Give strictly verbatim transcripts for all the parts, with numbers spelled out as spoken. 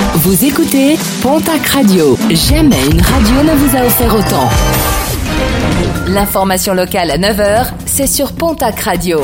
Vous écoutez Pontac Radio. Jamais une radio ne vous a offert autant. L'information locale à neuf heures, c'est sur Pontac Radio.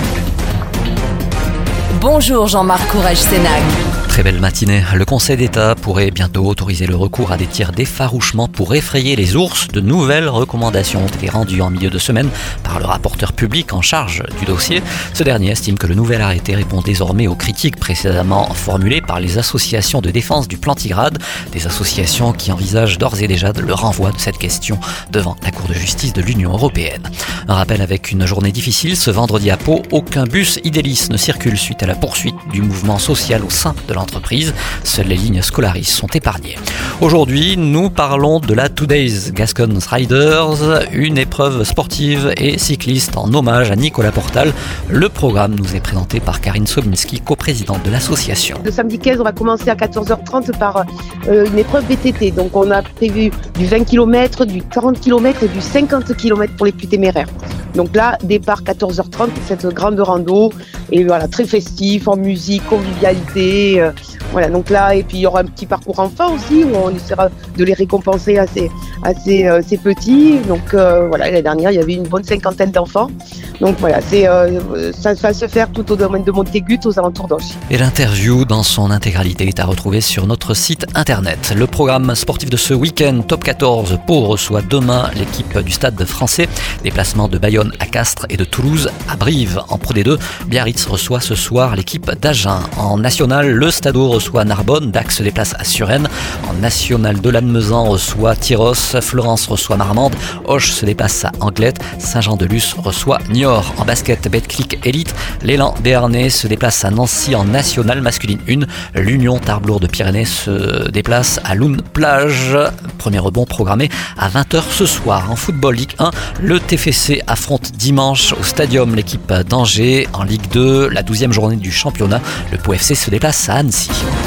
Bonjour Jean-Marc Courage-Sénac. Très belle matinée. Le Conseil d'État pourrait bientôt autoriser le recours à des tirs d'effarouchement pour effrayer les ours. De nouvelles recommandations ont été rendues en milieu de semaine par le rapporteur public en charge du dossier. Ce dernier estime que le nouvel arrêté répond désormais aux critiques précédemment formulées par les associations de défense du Plantigrade, des associations qui envisagent d'ores et déjà le renvoi de cette question devant la Cour de justice de l'Union européenne. Un rappel avec une journée difficile. Ce vendredi à Pau, aucun bus Idélis ne circule suite à la poursuite du mouvement social au sein de l'entreprise. Seules les lignes Scolaris sont épargnées. Aujourd'hui, nous parlons de la Today's Gascons Riders, une épreuve sportive et cycliste en hommage à Nicolas Portal. Le programme nous est présenté par Karine Sobinski, coprésidente de l'association. Le samedi quinze, on va commencer à quatorze heures trente par euh, une épreuve V T T. Donc on a prévu du vingt kilomètres, du quarante kilomètres et du cinquante kilomètres pour les plus téméraires. Donc là, départ quatorze heures trente, cette grande rando, et voilà, très festif, en musique, convivialité, euh, voilà, donc là, et puis il y aura un petit parcours enfant aussi, où on essaiera de les récompenser à ces, à ces, euh, ces petits, donc euh, voilà, l'année dernière, il y avait une bonne cinquantaine d'enfants, donc voilà, c'est, euh, ça va se faire tout au domaine de Montégut, aux alentours d'Auch. Et l'interview dans son intégralité est à retrouver sur notre site internet. Le programme sportif de ce week-end, Top quatorze, Pau reçoit demain l'équipe du Stade français, déplacement de Bayonne à Castres et de Toulouse à Brive. En Pro D deux, Biarritz reçoit ce soir l'équipe d'Agen. En National, le Stadeau reçoit Narbonne, Dax se déplace à Suresnes. En National de Lannemezan reçoit Tyros, Florence reçoit Marmande, Auch se déplace à Anglette, Saint-Jean-de-Luz reçoit Niort. En basket, Betclic Elite, l'élan Béarnais se déplace à Nancy en National masculine un. L'Union Tarbes de Pyrénées se déplace à Loun Plage. Premier rebond programmé à vingt heures ce soir. En football Ligue un, le T F C affronte dimanche au Stadium l'équipe d'Angers. En Ligue deux, la douzième journée du championnat, le Pau F C se déplace à Annecy.